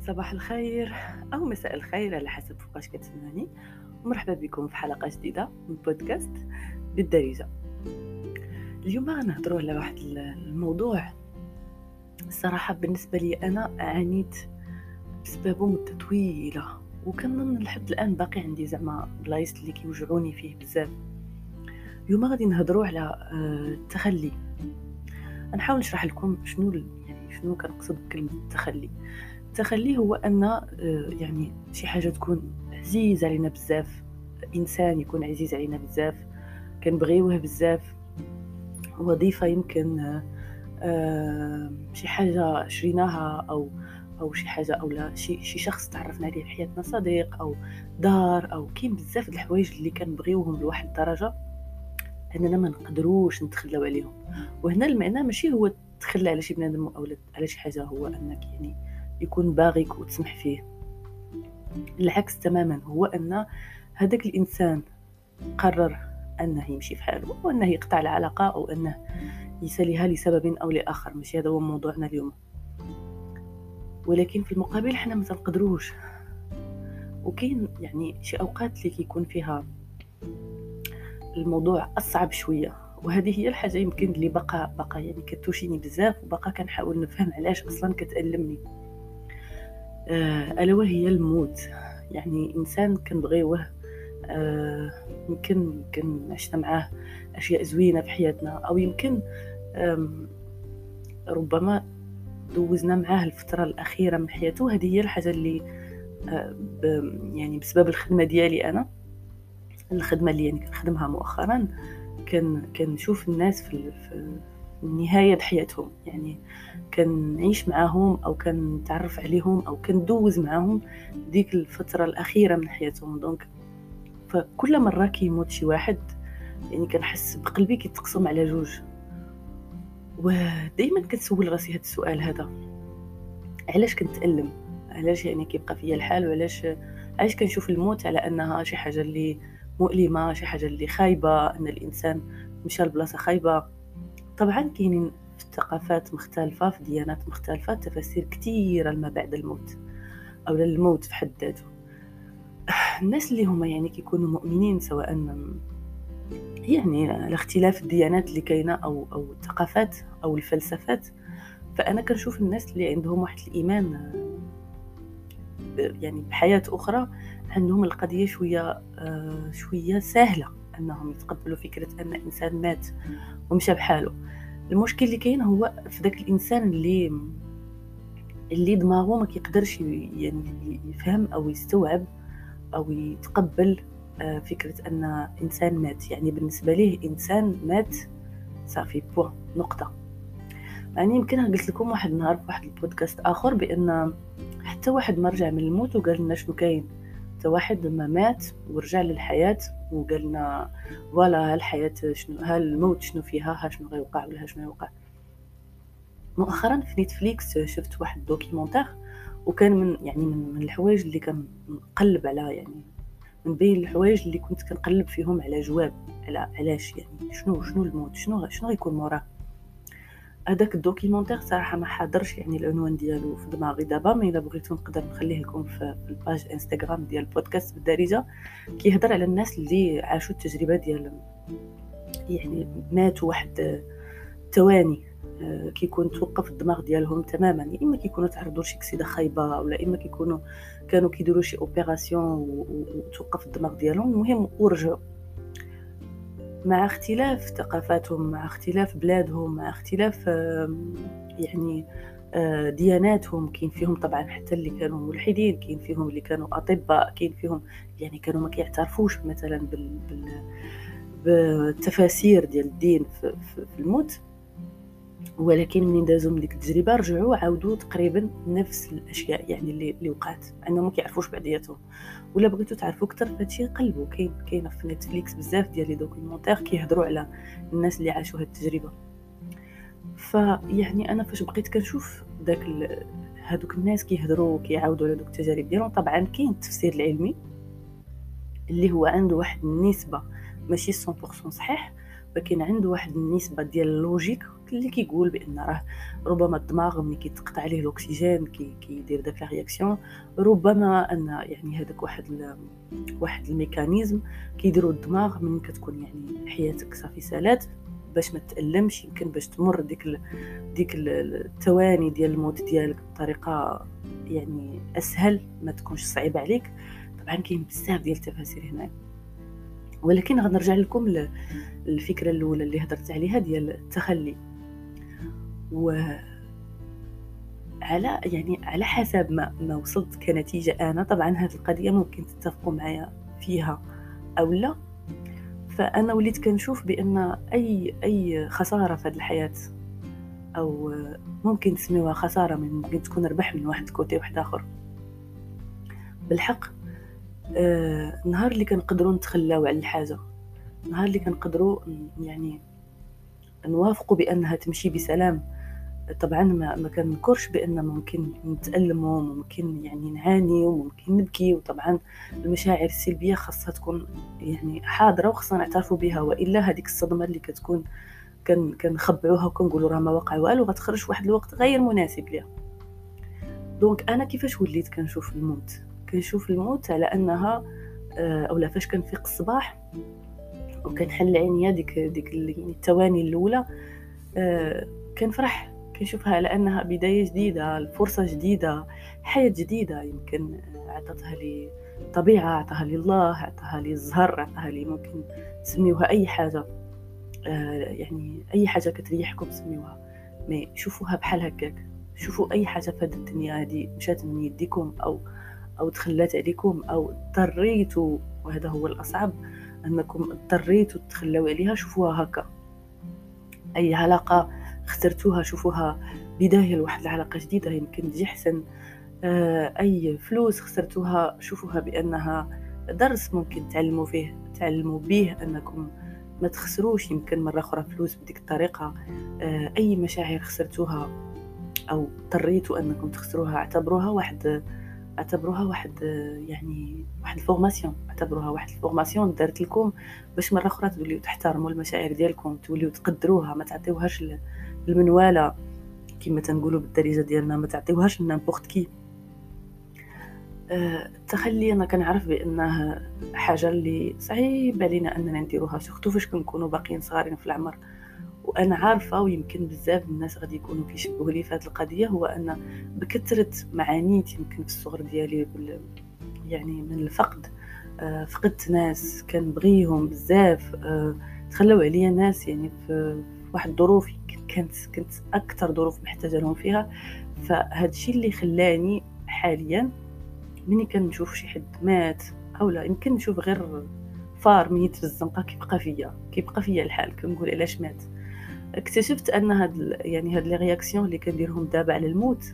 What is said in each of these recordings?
صباح الخير أو مساء الخير على حسب فوقاش كتسمعني. ومرحبا بكم في حلقة جديدة من بودكاست بالدارجة. اليوم غنهضروا على واحد الموضوع الصراحة بالنسبة لي أنا عانيت بسببه مدة طويلة، وكنظن لحد الآن باقي عندي زعما بلايص اللي كيوجعوني فيه بزاف. اليوم غادي نهضروا على التخلي. نحاول نشرح لكم شنو كنقصد بكلمة التخلي. التخلي هو أن شي حاجة تكون عزيزة علينا بزاف، إنسان يكون عزيز علينا بزاف كنبغيوه بزاف، وظيفة يمكن شي حاجة شريناها أو شي حاجة أو لا شي شخص تعرفنا عليه في حياتنا، صديق أو دار، أو كاين بزاف د الحوايج اللي كنبغيوهم لواحد الدرجة أننا ما نقدروش نتخلاو عليهم. وهنا المعنى ماشي هو تخلى على شي بنادم أو على شي حاجة، هو أنك يكون باغيك وتسمح فيه. العكس تماما، هو أن هذاك الإنسان قرر أنه يمشي في حاله وأنه يقطع العلاقة أو أنه يساليها لسبب أو لآخر، ماشي هذا هو موضوعنا اليوم. ولكن في المقابل احنا ما تنقدروش، وكاين شي أوقات اللي كيكون فيها الموضوع أصعب شوية، وهذه هي الحاجة يمكن اللي بقى كتوشيني بزاف، وبقى كنحاول نفهم علاش أصلا كتألمني. ألا وهي الموت. إنسان كنبغيوه، يمكن عشنا معاه أشياء زوينة في حياتنا، أو يمكن ربما دوزنا معاه الفترة الأخيرة من حياته. هذه هي الحاجة اللي بسبب الخدمة ديالي أنا، الخدمة اللي كنخدمها مؤخرا، كنشوف الناس في نهاية حياتهم، كنعيش معاهم أو كنتعرف عليهم أو كندوز معاهم ديك الفترة الأخيرة من حياتهم. دونك فكل مرة كيموت شي واحد كنحس بقلبي كيتقسم على جوج، ودايما كنسول راسي هذا السؤال هذا: علاش كنتألم؟ علاش كيبقى فيا الحال؟ وعلاش كنشوف الموت على أنها شي حاجة اللي مؤلمة، شي حاجة اللي خايبة، أن الإنسان مشى لبلاصة خايبة؟ طبعا كاينين في ثقافات مختلفة، في ديانات مختلفة، تفاسير كثيرة لما بعد الموت أو للموت في حد ذاته. الناس اللي هما كيكونوا مؤمنين، سواء على اختلاف الديانات اللي كاينة أو الثقافات أو الفلسفات، فأنا كنشوف الناس اللي عندهم واحد الإيمان بحياة أخرى، عندهم القضية شوية سهلة أنهم يتقبلوا فكرة أن إنسان مات ومشى بحاله. المشكل اللي كاين هو في ذاك الإنسان اللي دماغه ما كيقدرش يفهم أو يستوعب أو يتقبل فكرة أن إنسان مات. بالنسبة ليه إنسان مات صافي، بوان، نقطة. يمكن قلت لكم واحد النهار في واحد البودكاست آخر بأن حتى واحد ما رجع من الموت وقال لنا شنو كاين، حتى واحد ما مات ورجع للحياة وقال لنا فوالا الحياة شنو، ها الموت شنو فيها، ها شنو غيوقع ولا ها شنو يوقع. مؤخرا في نتفليكس شفت واحد دوكيومونتير، وكان من الحوايج اللي كنقلب على من بين الحوايج اللي كنت كنقلب فيهم على جواب على علاش شنو الموت، شنو غيكون موراه. هذاك الدوكيومونتير صراحه ما حاضرش العنوان ديالو في دماغي دابا، ما الا بغيتو نقدر نخليه لكم في الباج انستغرام ديال البودكاست بالدارجه. كيهضر على الناس اللي عاشوا التجربه ديال ماتوا واحد ثواني، كيكون توقف الدماغ ديالهم تماما، يا اما كيكونوا تعرضوا لشي كسيده خايبه، ولا اما كانوا كيديروا شي اوبيراسيون وتوقف الدماغ ديالهم، المهم ورجعوا. مع اختلاف ثقافاتهم، مع اختلاف بلادهم، مع اختلاف دياناتهم. كاين فيهم طبعا حتى اللي كانوا ملحدين، كاين فيهم اللي كانوا اطباء، كاين فيهم كانوا ما كيعترفوش مثلا بالتفاسير ديال الدين في الموت، ولكن من دازوا من ديك التجربه رجعوا عاودوا تقريبا نفس الاشياء اللي وقعت، انهم ما كيعرفوش بعضياتهم. ولا بغيتو تعرفوا اكثر فهادشي قلبوا، كاين في نتفليكس بزاف ديال لي دوكيومونتير كيهضروا على الناس اللي عاشوا هاد التجربه. انا فاش بقيت كنشوف هادوك الناس كيهضروا كيعاودوا على دوك التجارب ديالهم، طبعا كاين التفسير العلمي اللي هو عنده واحد النسبه ماشي 100% صحيح، فكاين عنده واحد النسبه ديال اللوجيك اللي كيقول بان راه ربما الدماغ ملي كيتقطع عليه الاكسجين كيدير داك لا رياكسيون، ربما ان يعني هذاك واحد الميكانيزم كيديروا الدماغ من كتكون يعني حياتك صافي سالات باش ما تألمش، يمكن باش تمر ديك الثواني ديال الموت ديالك بطريقه يعني اسهل، ما تكونش صعيبه عليك. طبعا كاين بزاف ديال التفاسير هنا، ولكن غنرجع لكم الفكره الاولى اللي هضرت عليها ديال التخلي. وعلى يعني على حسب ما وصلت كنتيجه انا، طبعا هذه القضيه ممكن تتفقوا معايا فيها او لا، فانا وليت كنشوف بان اي خساره في هذه الحياه، او ممكن تسميوها خساره، ممكن تكون ربح من واحد الكوتي واحد اخر، بالحق نهار اللي كنقدروا نتخلاو على الحاجه، نهار اللي كنقدروا يعني نوافقوا بانها تمشي بسلام. طبعا ما كنكرش بان ممكن نتألموا، ممكن يعني نعاني، وممكن نبكي، وطبعا المشاعر السلبيه خاصها تكون يعني حاضره وخصنا نعترفوا بها، والا هذيك الصدمه اللي كتكون كنخبعوها وكنقولوا راه ما وقع والو غتخرج في واحد الوقت غير مناسب ليها. دونك انا كيفاش وليت كنشوف الموت على انها اولا فاش كنفيق الصباح وكنحل عينيا ديك يعني الثواني الاولى كنفرح، كنشوفها على انها بدايه جديده، فرصه جديده، حياه جديده، يمكن عطاتها لي طبيعه، عطاها لي الله، عطاها لي الزهر، عطاها لي ممكن تسميوها اي حاجه، يعني اي حاجه كتريحكم سميوها، مي شوفوها بحال هكاك. شوفوا اي حاجه في هذه الدنيا هذه مشات من يديكم او تخلات عليكم او اضطريتوا، وهذا هو الاصعب، انكم اضطريتوا تتخلوا عليها، شوفوها هكا. اي علاقه خسرتوها شوفوها بدايه لواحد العلاقه جديده يمكن تجي احسن. اي فلوس خسرتوها شوفوها بانها درس ممكن تعلموا به انكم ما تخسروش يمكن مره اخرى فلوس بديك الطريقه. اي مشاعر خسرتوها او اضطريتوا انكم تخسروها اعتبروها واحد يعني واحد الفورماسيون، اعتبروها واحد الفورماسيون دارت لكم باش مره اخرى توليو تحترموا المشاعر ديالكم، توليو تقدروها، ما تعطيوهاش المنواله كما تنقولوا بالدارجه ديالنا، ما تعطيوهاش لنامبورط كي. التخلي انا كنعرف بانه حاجه اللي صعيب علينا اننا نديروها، سورتو فاش كنكونوا باقيين صغارين في العمر. وانا عارفه ويمكن بزاف الناس غادي يكونوا كيشبهوا لي في هذه القضيه، هو ان بكثره معانيت يمكن في الصغر ديالي يعني من الفقد، فقدت ناس كنبغيهم بزاف، تخلوا عليا ناس يعني في واحد الظروف كنت اكثر ظروف محتاجه لهم فيها. فهذا الشيء اللي خلاني حاليا مني كنشوف شي حد مات او لا، يمكن نشوف غير فار ميت في الزنقه كيبقى فيا الحال، كنقول علاش مات. اكتشفت ان هاد لي رياكسيون اللي كنديرهم دابا على الموت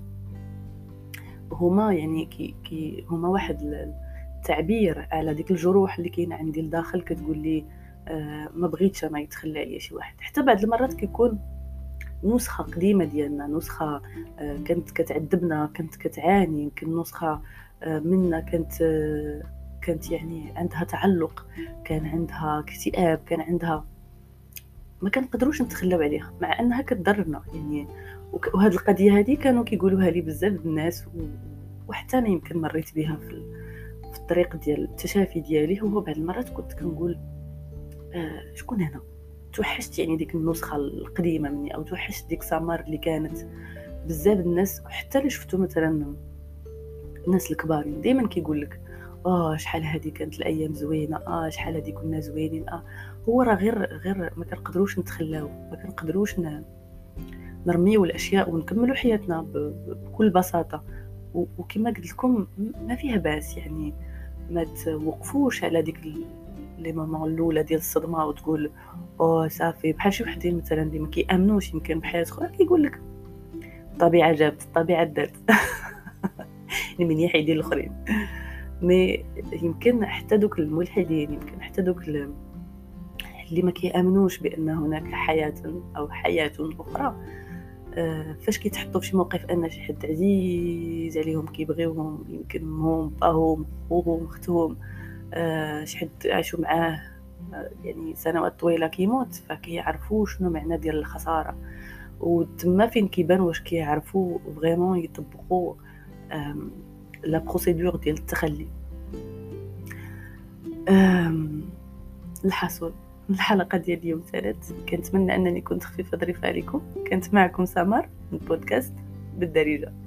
هما يعني هما واحد التعبير على ديك الجروح اللي كاينه عندي لداخل، كتقول لي ما بغيتش انا يتخلى عليا شي واحد. حتى بعض المرات كيكون نسخه قديمه ديالنا، نسخه كانت كتعذبنا، كانت كتعاني، يمكن نسخه منا كانت يعني عندها تعلق، كان عندها اكتئاب، كان عندها ما كنقدروش نتخلاو عليها مع انها كتضرنا يعني. وهذه القضيه هذه كانوا كيقولوها لي بزاف الناس، وحتى انا يمكن مريت بها في الطريق ديال التشافي ديالي. هو بعض المرات كنت كنقول شكون انا، توحشت يعني ديك النسخه القديمه مني، او توحشت ديك سمر اللي كانت. بزاف الناس حتى اللي شفتو مثلا الناس الكبار دائما كيقول لك شحال هذه كانت الايام زوينه، شحال هذه كنا زوينين. هو راه غير ما كنقدروش نتخلاو، ما كنقدروش نرميو الاشياء ونكملوا حياتنا بكل بساطه. وكما قلت لكم ما فيها باس يعني ما توقفوش على ديك لي مومون الاولى ديال الصدمه وتقول صافي. بحال شي وحدين مثلا اللي ما كيامنوش يمكن بحياه اخرى كيقول لك الطبيعه جابت، الطبيعه دارت يعني من يحيدين الاخرين. مي يمكن حتى دوك الملحدين، يمكن حتى دوك اللي ما كيامنوش بان هناك حياه او حياه اخرى، فاش كيتحطوا في شي موقف ان شي حد عزيز عليهم كيبغيوهم، يمكن امهم باهم خوهم اختهم، شي حد عاشوا معاه يعني سنوات طويله كيموت، فكيعرفوا شنو معنى ديال الخساره، وتما فين كيبان واش كيعرفوا فريمون يطبقوا لا بروسيدور ديال التخلي. الحصول الحلقه ديال اليوم سالت، كنتمنى انني كنت خفيفه ظريفه عليكم. كانت معكم سمر من بودكاست بالدارجه.